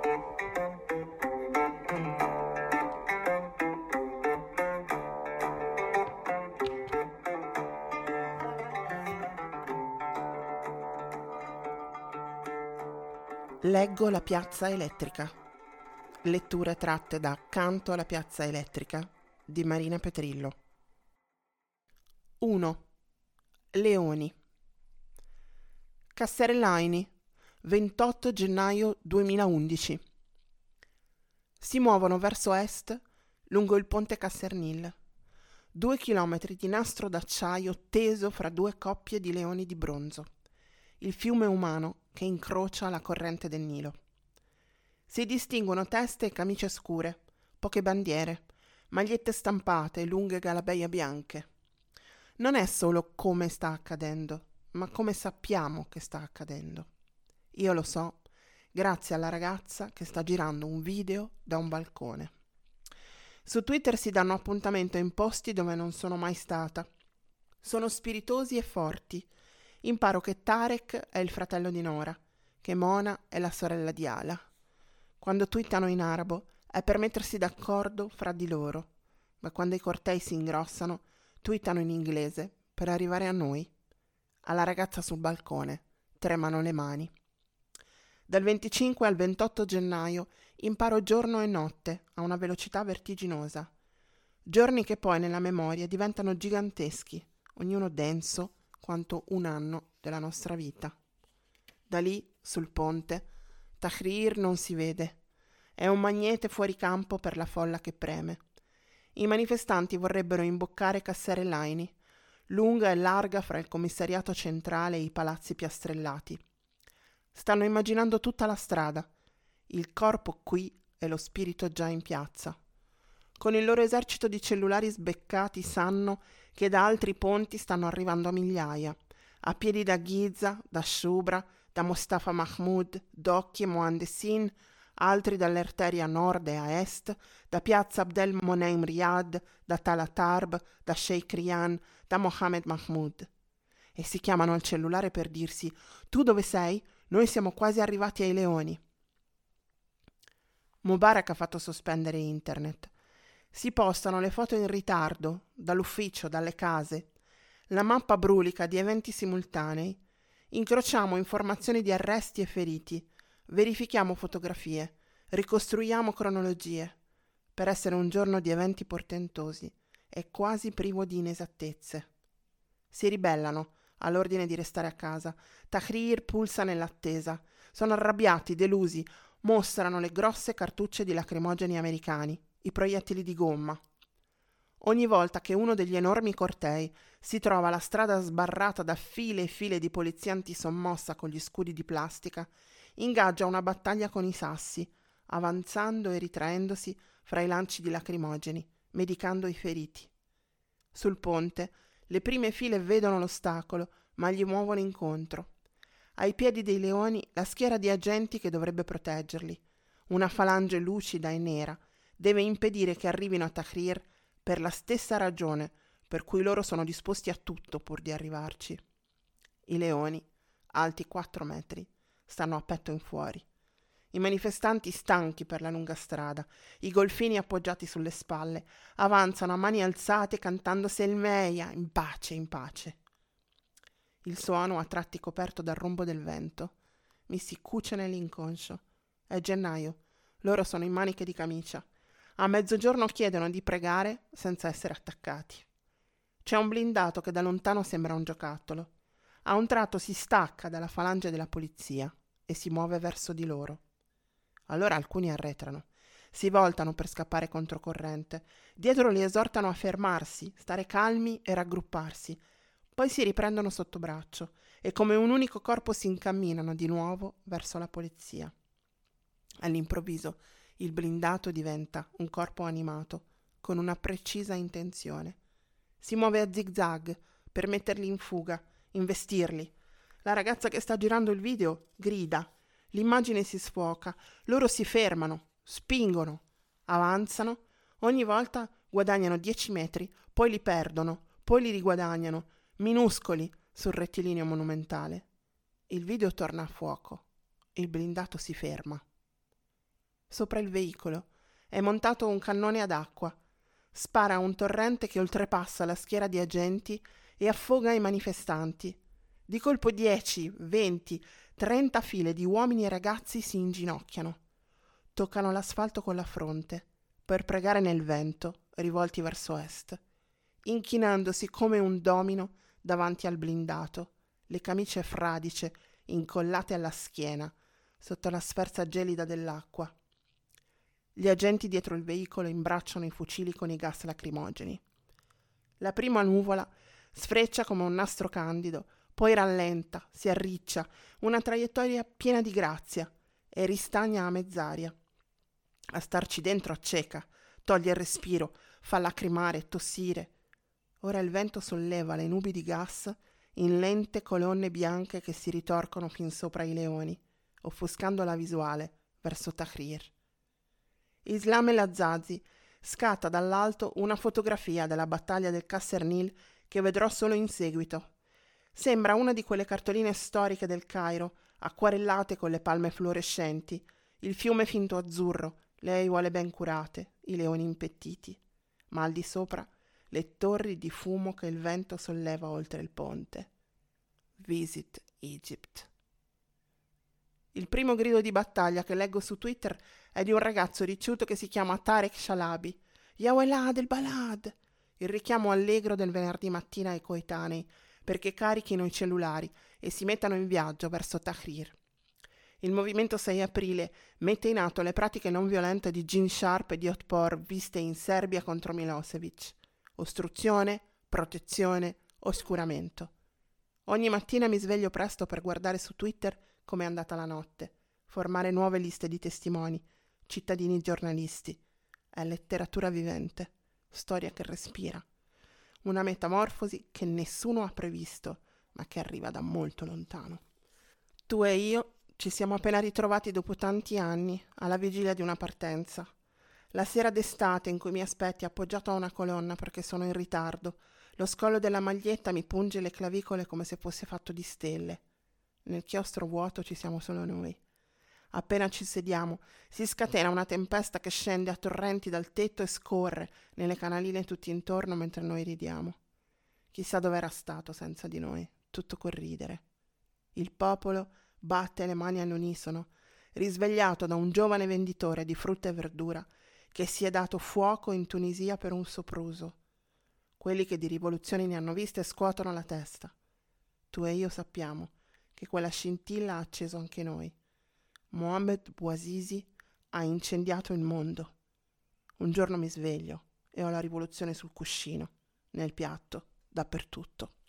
Leggo la piazza elettrica. Letture tratte da Canto alla piazza elettrica di Marina Petrillo. 1. Leoni. Casserellaini, 28 gennaio 2011. Si muovono verso est lungo il ponte Cassernil. 2 chilometri di nastro d'acciaio teso fra due coppie di leoni di bronzo. Il fiume umano che incrocia la corrente del Nilo. Si distinguono teste e camicie scure, poche bandiere, magliette stampate e lunghe galabeie bianche. Non è solo come sta accadendo, ma come sappiamo che sta accadendo. Io lo so, grazie alla ragazza che sta girando un video da un balcone. Su Twitter si danno appuntamento in posti dove non sono mai stata. Sono spiritosi e forti. Imparo che Tarek è il fratello di Nora, che Mona è la sorella di Ala. Quando twittano in arabo è per mettersi d'accordo fra di loro, ma quando i cortei si ingrossano, twittano in inglese per arrivare a noi. Alla ragazza sul balcone tremano le mani. Dal 25 al 28 gennaio imparo giorno e notte a una velocità vertiginosa. Giorni che poi nella memoria diventano giganteschi, ognuno denso quanto un anno della nostra vita. Da lì, sul ponte, Tahrir non si vede. È un magnete fuori campo per la folla che preme. I manifestanti vorrebbero imboccare Casserellaini, lunga e larga fra il commissariato centrale e i palazzi piastrellati. Stanno immaginando tutta la strada, il corpo qui e lo spirito già in piazza. Con il loro esercito di cellulari sbeccati sanno che da altri ponti stanno arrivando a migliaia, a piedi da Giza, da Shubra, da Mostafa Mahmoud, Docchi e Mohandesin, altri dall'arteria nord e a est, da piazza Abdel Monem Riyad, da Talatarb, da Sheikh Riyan, da Mohammed Mahmoud. E si chiamano al cellulare per dirsi: tu dove sei? Noi siamo quasi arrivati ai leoni. Mubarak ha fatto sospendere internet. Si postano le foto in ritardo, dall'ufficio, dalle case. La mappa brulica di eventi simultanei. Incrociamo informazioni di arresti e feriti. Verifichiamo fotografie. Ricostruiamo cronologie. Per essere un giorno di eventi portentosi è quasi privo di inesattezze. Si ribellano all'ordine di restare a casa. Tahrir pulsa nell'attesa. Sono arrabbiati, delusi. Mostrano le grosse cartucce di lacrimogeni americani, i proiettili di gomma. Ogni volta che uno degli enormi cortei si trova la strada sbarrata da file e file di polizia antisommossa con gli scudi di plastica, ingaggia una battaglia con i sassi, avanzando e ritraendosi fra i lanci di lacrimogeni, medicando i feriti. Sul ponte le prime file vedono l'ostacolo, ma gli muovono incontro. Ai piedi dei leoni la schiera di agenti che dovrebbe proteggerli. Una falange lucida e nera deve impedire che arrivino a Tahrir per la stessa ragione per cui loro sono disposti a tutto pur di arrivarci. I leoni, alti 4 metri, stanno a petto in fuori. I manifestanti stanchi per la lunga strada, i golfini appoggiati sulle spalle, avanzano a mani alzate cantando Selmeia, in pace, in pace. Il suono a tratti coperto dal rombo del vento mi si cuce nell'inconscio. È gennaio, loro sono in maniche di camicia. A mezzogiorno chiedono di pregare senza essere attaccati. C'è un blindato che da lontano sembra un giocattolo. A un tratto si stacca dalla falange della polizia e si muove verso di loro. Allora alcuni arretrano, si voltano per scappare controcorrente. Dietro li esortano a fermarsi, stare calmi e raggrupparsi. Poi si riprendono sotto braccio e come un unico corpo si incamminano di nuovo verso la polizia. All'improvviso il blindato diventa un corpo animato con una precisa intenzione. Si muove a zigzag per metterli in fuga, investirli. La ragazza che sta girando il video grida. L'immagine si sfoca. Loro si fermano, spingono, avanzano. Ogni volta guadagnano 10 metri, poi li perdono, poi li riguadagnano, minuscoli sul rettilineo monumentale. Il video torna a fuoco. Il blindato si ferma. Sopra il veicolo è montato un cannone ad acqua. Spara un torrente che oltrepassa la schiera di agenti e affoga i manifestanti. Di colpo 10, 20, 30 file di uomini e ragazzi si inginocchiano. Toccano l'asfalto con la fronte, per pregare nel vento, rivolti verso est, inchinandosi come un domino davanti al blindato, le camicie fradice incollate alla schiena, sotto la sferza gelida dell'acqua. Gli agenti dietro il veicolo imbracciano i fucili con i gas lacrimogeni. La prima nuvola sfreccia come un nastro candido, poi rallenta, si arriccia, una traiettoria piena di grazia, e ristagna a mezz'aria. A starci dentro acceca, toglie il respiro, fa lacrimare e tossire. Ora il vento solleva le nubi di gas in lente colonne bianche che si ritorcono fin sopra i leoni, offuscando la visuale verso Tahrir. Islam El-Azazi scatta dall'alto una fotografia della battaglia del Qasr-Nil che vedrò solo in seguito. Sembra una di quelle cartoline storiche del Cairo, acquarellate con le palme fluorescenti, il fiume finto azzurro, le aiuole ben curate, i leoni impettiti, ma al di sopra le torri di fumo che il vento solleva oltre il ponte. Visit Egypt. Il primo grido di battaglia che leggo su Twitter è di un ragazzo ricciuto che si chiama Tarek Shalabi. Ya Walad el Balad! Il richiamo allegro del venerdì mattina ai coetanei, perché carichino i cellulari e si mettano in viaggio verso Tahrir. Il movimento 6 aprile mette in atto le pratiche non violente di Gene Sharp e di Otpor viste in Serbia contro Milosevic. Ostruzione, protezione, oscuramento. Ogni mattina mi sveglio presto per guardare su Twitter come è andata la notte, formare nuove liste di testimoni, cittadini giornalisti. È letteratura vivente, storia che respira. Una metamorfosi che nessuno ha previsto, ma che arriva da molto lontano. Tu e io ci siamo appena ritrovati dopo tanti anni, alla vigilia di una partenza. La sera d'estate in cui mi aspetti appoggiato a una colonna perché sono in ritardo, lo scollo della maglietta mi punge le clavicole come se fosse fatto di stelle. Nel chiostro vuoto ci siamo solo noi. Appena ci sediamo, si scatena una tempesta che scende a torrenti dal tetto e scorre nelle canaline tutti intorno mentre noi ridiamo. Chissà dove era stato senza di noi, tutto quel ridere. Il popolo batte le mani all'unisono, risvegliato da un giovane venditore di frutta e verdura che si è dato fuoco in Tunisia per un sopruso. Quelli che di rivoluzioni ne hanno viste scuotono la testa. Tu e io sappiamo che quella scintilla ha acceso anche noi. Mohammed Bouazizi ha incendiato il mondo. Un giorno mi sveglio e ho la rivoluzione sul cuscino, nel piatto, dappertutto.